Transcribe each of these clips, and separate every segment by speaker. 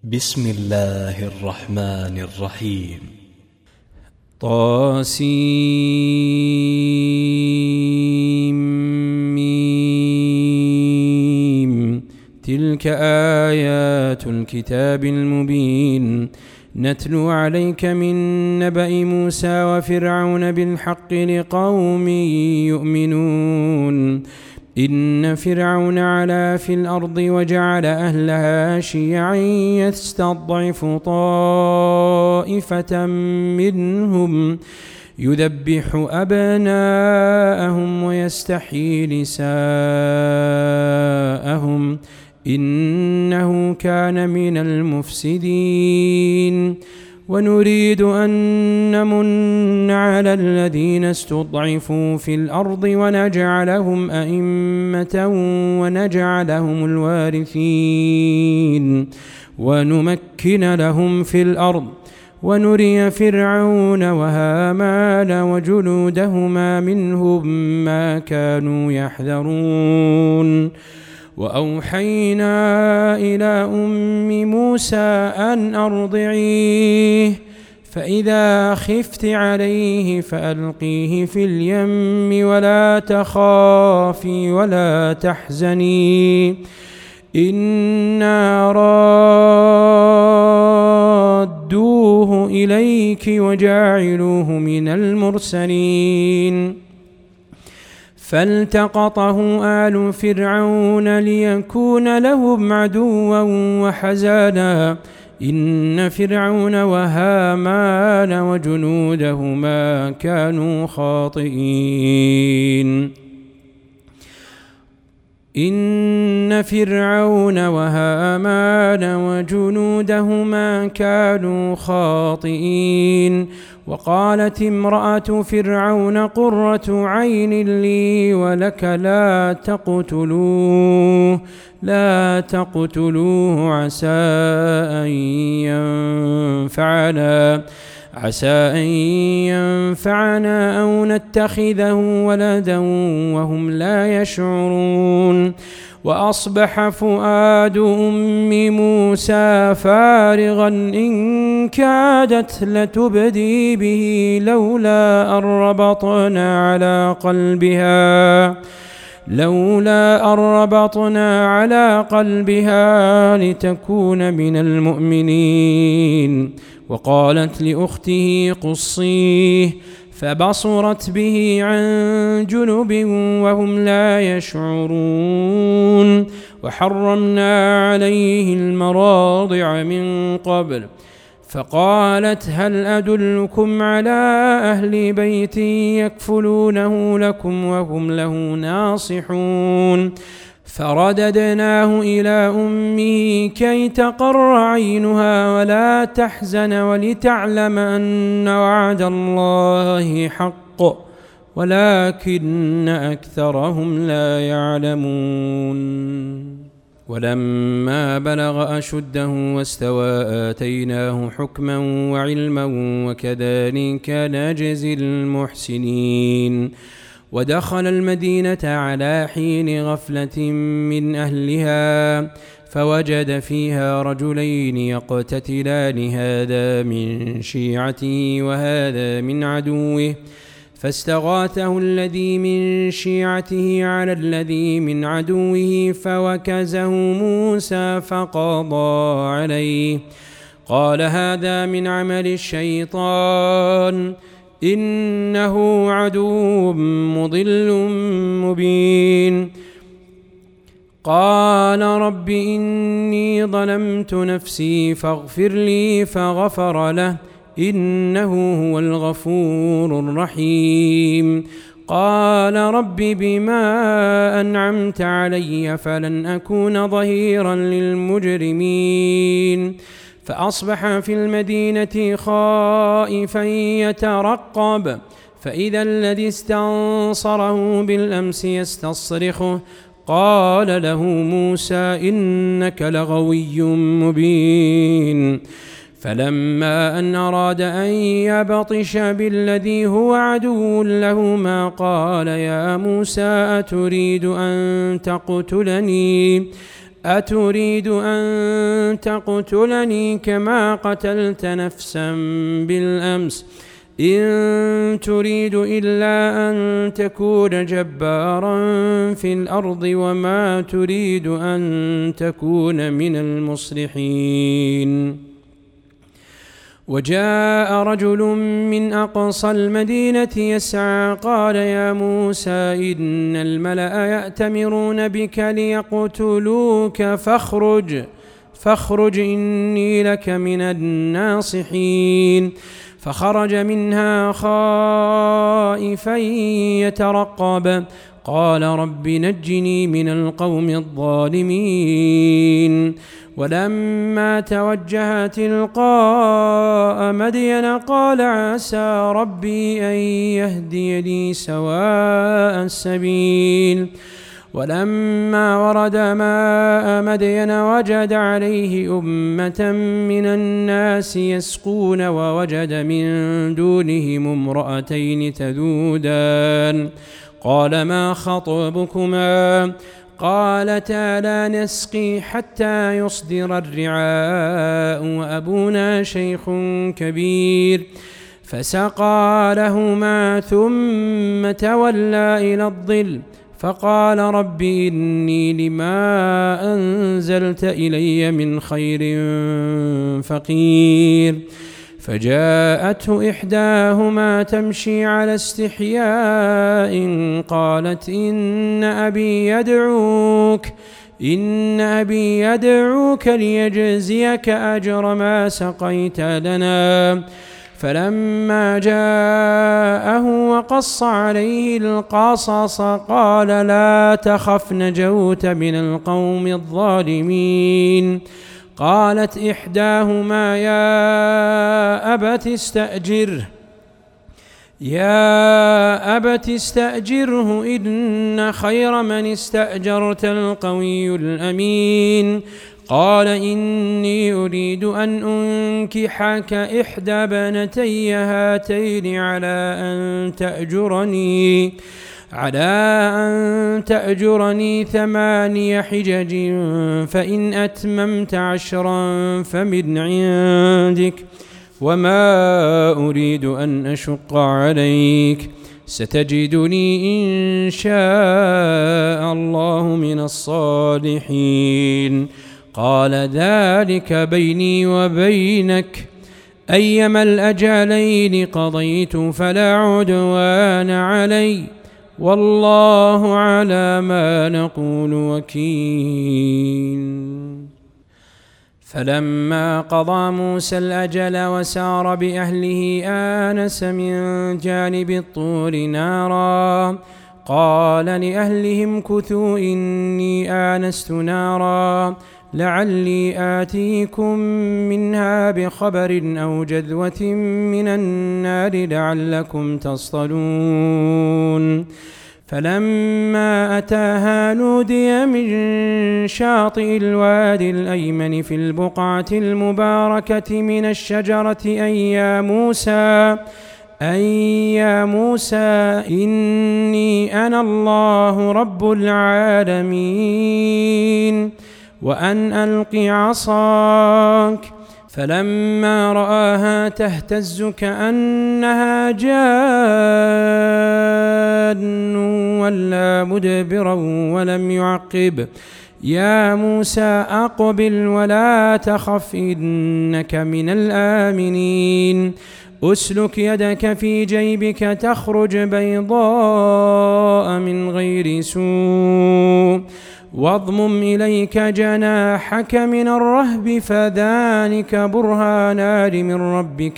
Speaker 1: بسم الله الرحمن الرحيم. طاسيم. تلك آيات الكتاب المبين نتلو عليك من نبأ موسى وفرعون بالحق لقوم يؤمنون. إن فرعون علا في الأرض وجعل أهلها شيعا يستضعف طائفة منهم يذبح أبناءهم ويستحيي نساءهم إنه كان من المفسدين. ونريد أن نمن على الذين استضعفوا في الأرض ونجعلهم أئمة ونجعلهم الوارثين ونمكن لهم في الأرض ونري فرعون وهامان وجنودهما منهم ما كانوا يحذرون. وأوحينا إلى أم موسى أن أرضعيه فإذا خفت عليه فألقيه في اليم ولا تخافي ولا تحزني إنا رادوه إليك وجاعلوه من المرسلين. فالتقطه آل فرعون ليكون لهم عدوا وحزانا إن فرعون وهامان وجنودهما كانوا خاطئين. إن فرعون وهامان وجنودهما كانوا خاطئين. وقالت امرأة فرعون قرة عين لي ولك لا تقتلوه عسى أن ينفعنا أو نتخذه ولدا وهم لا يشعرون. وأصبح فؤاد أم موسى فارغا إن كادت لتبدي به لولا أن ربطنا على قلبها لتكون من المؤمنين. وقالت لأخته قصيه فبصرت به عن جنب وهم لا يشعرون. وحرمنا عليه المراضع من قبل فقالت هل أدلكم على أهل بيت يكفلونه لكم وهم له ناصحون. فرددناه إلى أمه كي تقر عينها ولا تحزن ولتعلم أن وعد الله حق ولكن أكثرهم لا يعلمون. ولما بلغ أشده واستوى آتيناه حكما وعلما وكذلك نجزي المحسنين. ودخل المدينة على حين غفلة من أهلها فوجد فيها رجلين يقتتلان هذا من شيعته وهذا من عدوه فاستغاثه الذي من شيعته على الذي من عدوه فوكزه موسى فقضى عليه قال هذا من عمل الشيطان إنه عدو مضل مبين. قال رب إني ظلمت نفسي فاغفر لي فغفر له إنه هو الغفور الرحيم. قال رب بما أنعمت علي فلن أكون ظهيرا للمجرمين. فأصبح في المدينة خائفا يترقب فإذا الذي استنصره بالأمس يستصرخه قال له موسى إنك لغوي مبين. فلما أن أراد أن يبطش بالذي هو عدو لهما قال يا موسى أتريد أن تقتلني أتريد أن تقتلني كما قتلت نفسا بالأمس إن تريد إلا أن تكون جبارا في الأرض وما تريد أن تكون من المصلحين. وجاء رجل من أقصى المدينة يسعى قال يا موسى إن الملأ يأتمرون بك ليقتلوك فاخرج إني لك من الناصحين. فخرج منها خائفا يترقب قال رب نجني من القوم الظالمين. ولما توجه تلقاء مدين قال عسى ربي أن يهديني سواء السبيل. ولما ورد ماء مدين وجد عليه أمة من الناس يسقون ووجد من دونهم امرأتين تذودان قال ما خطبكما قالتا لا نسقي حتى يصدر الرعاء وأبونا شيخ كبير. فسقى لهما ثم تولى إلى الظل فقال رب إني لما أنزلت إلي من خير فقير. فجاءته إحداهما تمشي على استحياء قالت إن أبي يدعوك ليجزيك أجر ما سقيت لنا. فلما جاءه وقص عليه القصص قال لا تخف نجوت من القوم الظالمين. قالت إحداهما يا أبت استأجره إن خير من استأجرت القوي الأمين. قال إني أريد أن أنكحك إحدى بنتي هاتين على أن تأجرني 8 حجج فإن أتممت 10 فمن عندك وما أريد أن أشق عليك ستجدني إن شاء الله من الصالحين. قال ذلك بيني وبينك أيما الأجلين قضيت فلا عدوان علي والله على ما نقول وكيل. فلما قضى موسى الأجل وسار بأهله آنس من جانب الطور نارا قال لأهلهم كثوا إني آنست نارا لعلي آتيكم منها بخبر أو جذوة من النار لعلكم تصطلون. فلما أتاها نودي من شاطئ الوادي الأيمن في البقعة المباركة من الشجرة أي يا موسى إني أنا الله رب العالمين وأن ألق عصاك. فلما رآها تهتز كأنها جان ولا مدبرا ولم يعقب يا موسى أقبل ولا تخف إنك من الآمنين. أسلك يدك في جيبك تخرج بيضاء من غير سوء واضمم إليك جناحك من الرهب فذلك برهانان من ربك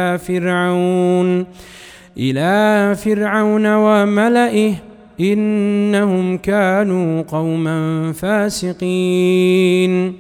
Speaker 1: إلى فرعون وملئه إنهم كانوا قوما فاسقين.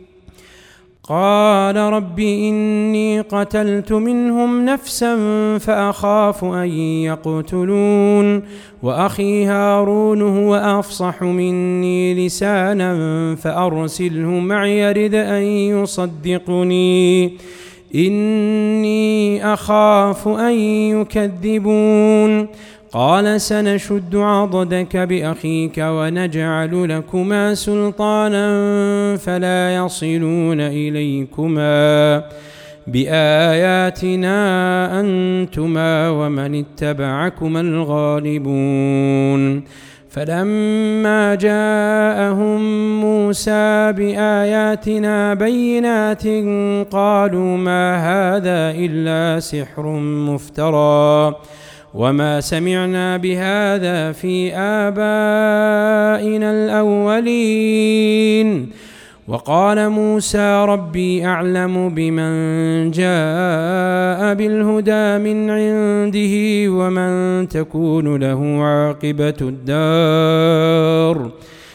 Speaker 1: قال رب إني قتلت منهم نفسا فأخاف أن يقتلون وأخي هارون هو أفصح مني لسانا فأرسله معي يرد أن يصدقني إني أخاف أن يكذبون قال سنشد عضدك بأخيك ونجعل لكما سلطانا فلا يصلون إليكما بآياتنا أنتما ومن اتبعكما الغالبون فلما جاءهم موسى بآياتنا بينات قالوا ما هذا إلا سحر مفترى وما سمعنا بهذا في آبائنا الأولين وقال موسى ربي أعلم بمن جاء بالهدى من عنده ومن تكون له عاقبة الدار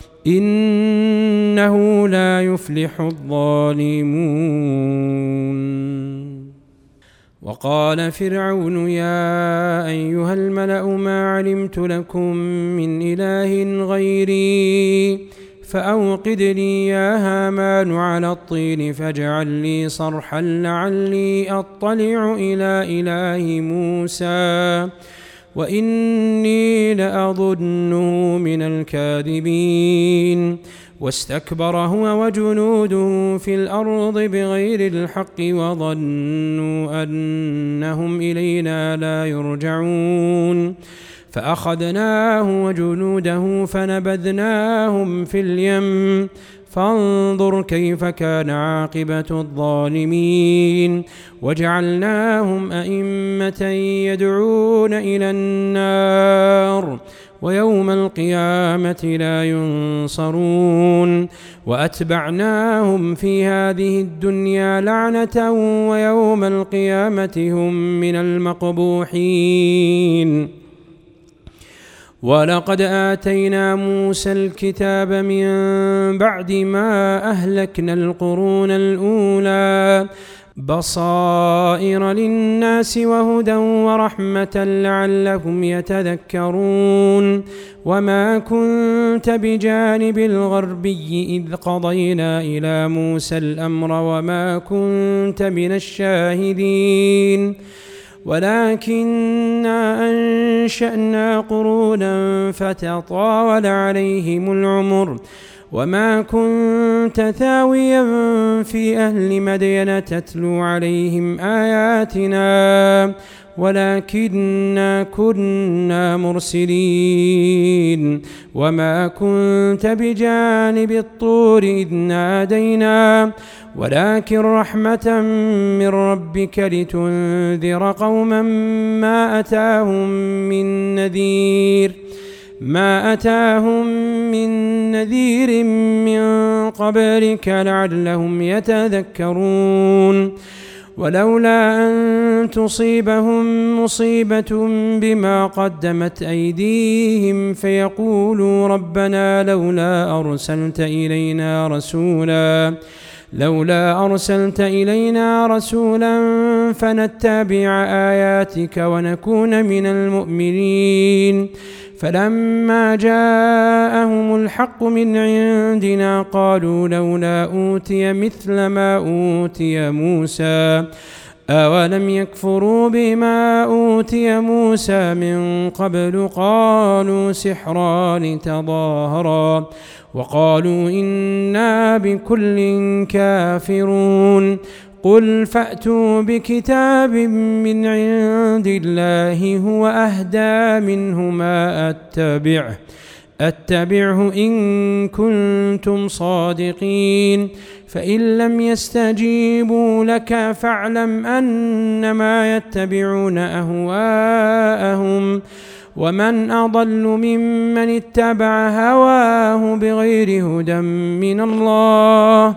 Speaker 1: إنه لا يفلح الظالمون وقال فرعون يا أيها الملأ ما علمت لكم من إله غيري فأوقد لي يا هامان على الطين فاجعل لي صرحا لعلي أطلع إلى إله موسى وإني لأظنه من الكاذبين واستكبر هو وجنوده في الأرض بغير الحق وظنوا أنهم إلينا لا يرجعون فأخذناه وجنوده فنبذناهم في اليم فانظر كيف كان عاقبة الظالمين وجعلناهم أئمة يدعون إلى النار ويوم القيامة لا ينصرون وأتبعناهم في هذه الدنيا لعنة ويوم القيامة هم من المقبوحين ولقد آتينا موسى الكتاب من بعد ما أهلكنا القرون الأولى بصائر للناس وهدى ورحمة لعلهم يتذكرون وما كنت بجانب الغربي إذ قضينا إلى موسى الأمر وما كنت من الشاهدين ولكننا أنشأنا قرونا فتطاول عليهم العمر وما كنت ثاويا في أهل مدين تتلو عليهم آياتنا ولكننا كنا مرسلين وما كنت بجانب الطور إذ نادينا ولكن رحمة من ربك لتنذر قوما ما أتاهم من نذير من قبلك لعلهم يتذكرون ولولا أن تصيبهم مصيبة بما قدمت أيديهم فيقولوا ربنا لولا أرسلت إلينا رسولا فنتبع آياتك ونكون من المؤمنين فلما جاءهم الحق من عندنا قالوا لولا أوتي مثل ما أوتي موسى أولم يكفروا بما أوتي موسى من قبل قالوا سحران تظاهرا وقالوا إنا بكل كافرون قل فأتوا بكتاب من عند الله هو أهدى منهما أتبعه إن كنتم صادقين فإن لم يستجيبوا لك فاعلم أنما يتبعون أهواءهم ومن أضل ممن اتبع هواه بغير هدى من الله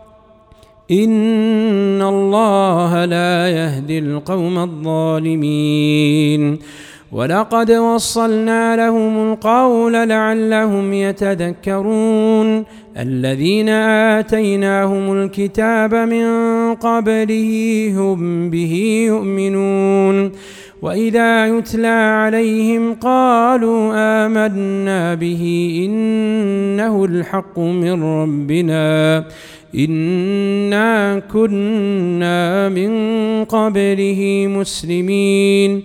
Speaker 1: إن الله لا يهدي القوم الظالمين ولقد وصلنا لهم القول لعلهم يتذكرون الذين آتيناهم الكتاب من قبله هم به يؤمنون وإذا يتلى عليهم قالوا آمنا به إنه الحق من ربنا إنا كنا من قبله مسلمين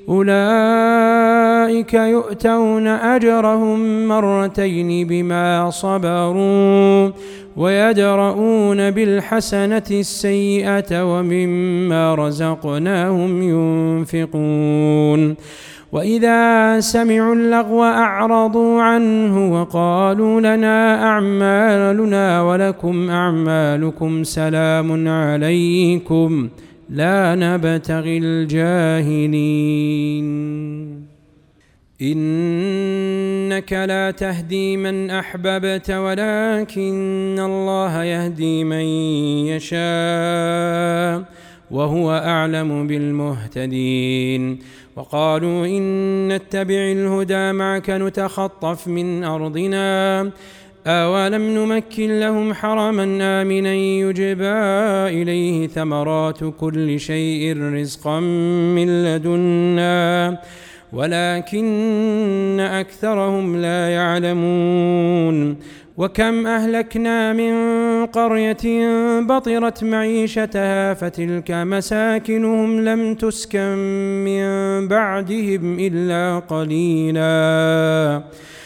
Speaker 1: أولئك يؤتون أجرهم مرتين بما صبروا ويدرؤون بالحسنة السيئة ومما رزقناهم ينفقون وإذا سمعوا اللغو أعرضوا عنه وقالوا لنا أعمالنا ولكم أعمالكم سلام عليكم لا نبتغي الجاهلين إنك لا تهدي من أحببت ولكن الله يهدي من يشاء وهو أعلم بالمهتدين وقالوا إن نتبع الهدى معك نتخطف من أرضنا أولم نمكن لهم حرما آمنا يجبى إليه ثمرات كل شيء رزقا من لدنا ولكن أكثرهم لا يعلمون وكم أهلكنا من قرية بطرت معيشتها فتلك مساكنهم لم تسكن من بعدهم إلا قليلا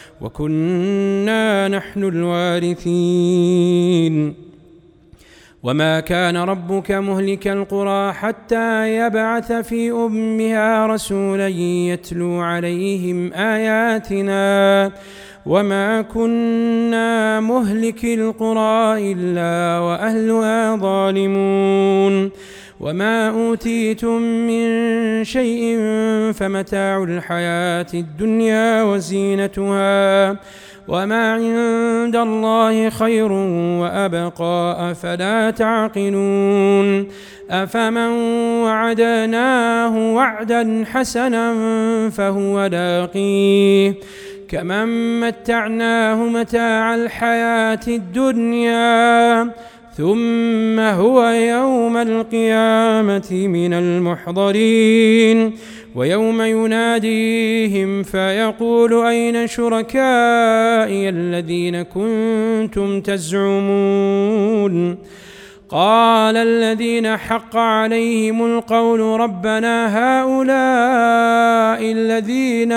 Speaker 1: وكنا نحن الوارثين وما كان ربك مهلك القرى حتى يبعث في أمها رسولا يتلو عليهم آياتنا وما كنا مهلك القرى إلا وأهلها ظالمون وما أوتيتم من شيء فمتاع الحياة الدنيا وزينتها وما عند الله خير وأبقى أفلا تعقلون أفمن وعدناه وعدا حسنا فهو لاقيه كمن متعناه متاع الحياة الدنيا ثم هو يوم القيامة من المحضرين ويوم يناديهم فيقول أين شركائي الذين كنتم تزعمون قال الذين حق عليهم القول ربنا هؤلاء الذين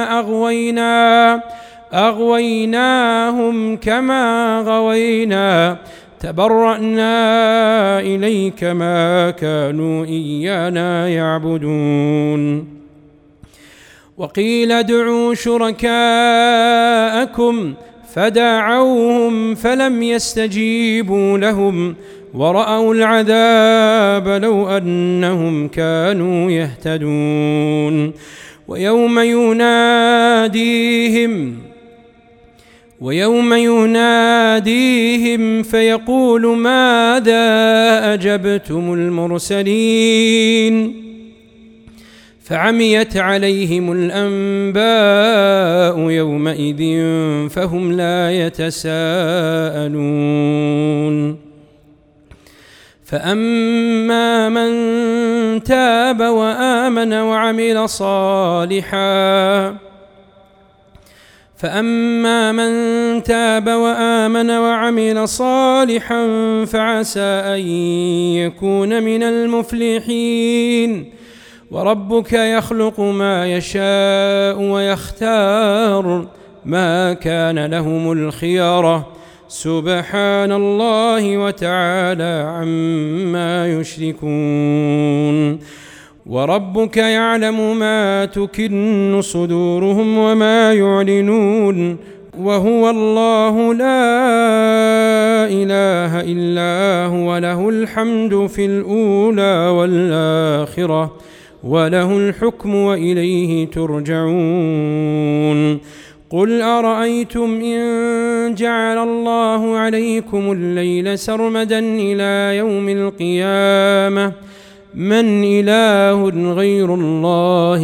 Speaker 1: أغويناهم كما غوينا تبرأنا إليك ما كانوا إيانا يعبدون وقيل ادعوا شركاءكم فدعوهم فلم يستجيبوا لهم ورأوا العذاب لو أنهم كانوا يهتدون ويوم يناديهم فيقول ماذا أجبتم المرسلين فعميت عليهم الأنباء يومئذ فهم لا يتساءلون فأما من تاب وآمن وعمل صالحا فعسى أن يكون من المفلحين وربك يخلق ما يشاء ويختار ما كان لهم الخيرة سبحان الله وتعالى عما يشركون وربك يعلم ما تكن صدورهم وما يعلنون وهو الله لا إله إلا هو له الحمد في الأولى والآخرة وله الحكم وإليه ترجعون قل أرأيتم إن جعل الله عليكم الليل سرمدا إلى يوم القيامة من إله غير الله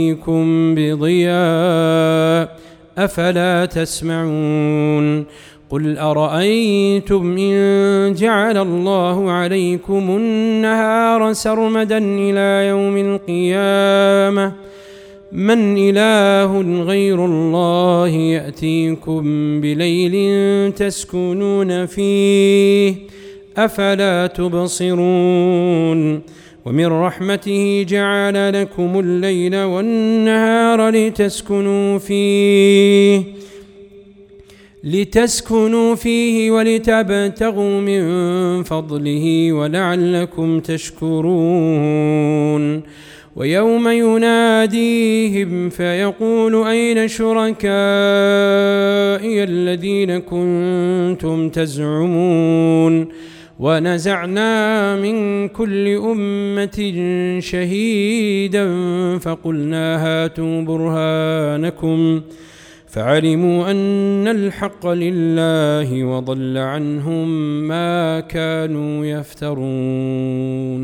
Speaker 1: يأتيكم بضياء أفلا تسمعون قل أرأيتم إن جعل الله عليكم النهار سرمدا إلى يوم القيامة من إله غير الله يأتيكم بليل تسكنون فيه أفلا تبصرون ومن رحمته جعل لكم الليل والنهار لتسكنوا فيه ولتبتغوا من فضله ولعلكم تشكرون ويوم يناديهم فيقول أين شركائي الذين كنتم تزعمون ونزعنا من كل أمة شهيدا فقلنا هاتوا برهانكم فعلموا أن الحق لله وضل عنهم ما كانوا يفترون.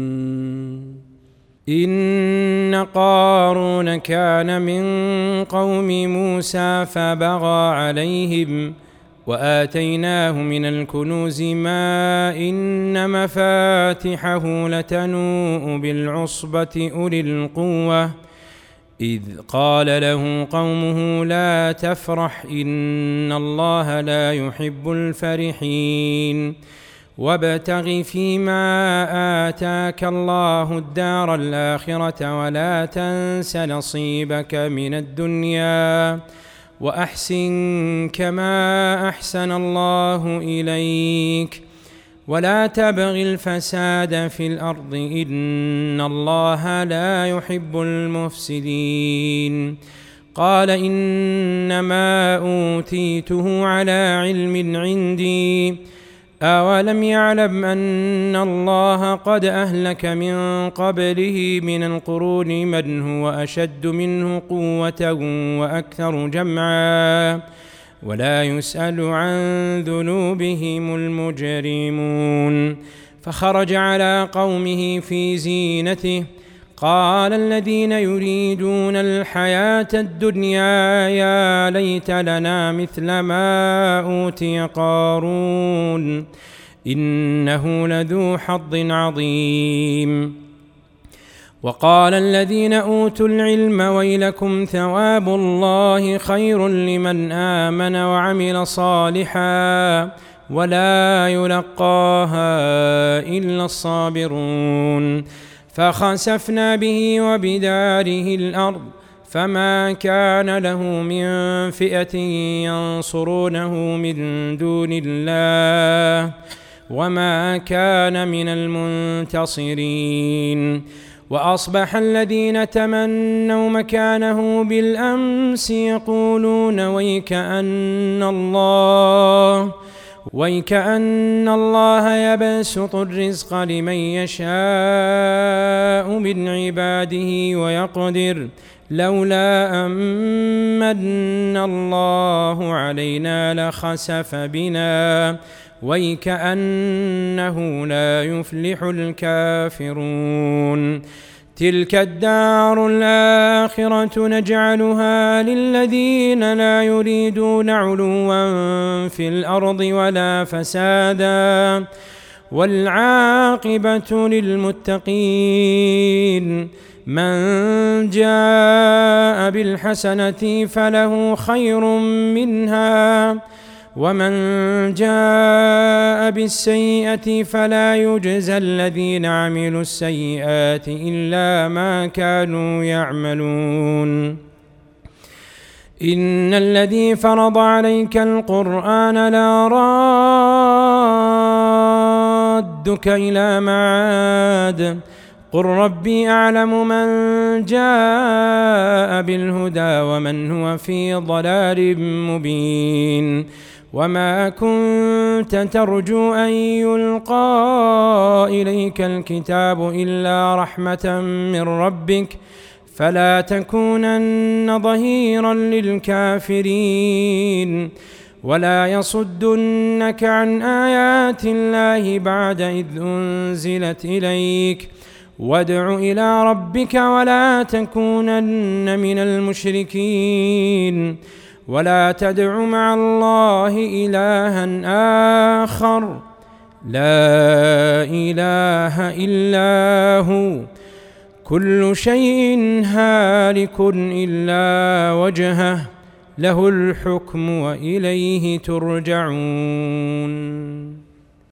Speaker 1: إن قارون كان من قوم موسى فبغى عليهم وآتيناه من الكنوز ما إن مفاتحه لتنوء بالعصبة أولي القوة إذ قال له قومه لا تفرح إن الله لا يحب الفرحين وابتغ فيما آتاك الله الدار الآخرة ولا تنس نصيبك من الدنيا وأحسن كما أحسن الله إليك ولا تبغ الفساد في الأرض إن الله لا يحب المفسدين. قال إنما أوتيته على علم عندي أولم يعلم أن الله قد أهلك من قبله من القرون من هو أشد منه قوة وأكثر جمعا ولا يسأل عن ذنوبهم المجرمون. فخرج على قومه في زينته قال الذين يريدون الحياة الدنيا يا ليت لنا مثل ما أوتي قارون إنه لذو حظ عظيم. وقال الذين أوتوا العلم ويلكم ثواب الله خير لمن آمن وعمل صالحا ولا يلقاها إلا الصابرون. فخسفنا به وبداره الأرض فما كان له من فئة ينصرونه من دون الله وما كان من المنتصرين. وأصبح الذين تمنوا مكانه بالأمس يقولون ويكأن الله يبسط الرزق لمن يشاء من عباده ويقدر لولا أمن الله علينا لخسف بنا ويكأنه لا يفلح الكافرون. تلك الدار الآخرة نجعلها للذين لا يريدون علوا في الأرض ولا فسادا والعاقبة للمتقين. من جاء بالحسنة فله خير منها ومن جاء بالسيئة فلا يجزى الذين عملوا السيئات إلا ما كانوا يعملون. إن الذي فرض عليك القرآن لرادك إلى معاد قل ربي أعلم من جاء بالهدى ومن هو في ضلال مبين. وما كنت ترجو أن يلقى إليك الكتاب إلا رحمة من ربك فلا تكونن ظهيرا للكافرين. ولا يصدنك عن آيات الله بعد إذ أنزلت إليك وادع إلى ربك ولا تكونن من المشركين. ولا تدع مع الله إلها آخر لا إله إلا هو كل شيء هالك إلا وجهه له الحكم وإليه ترجعون.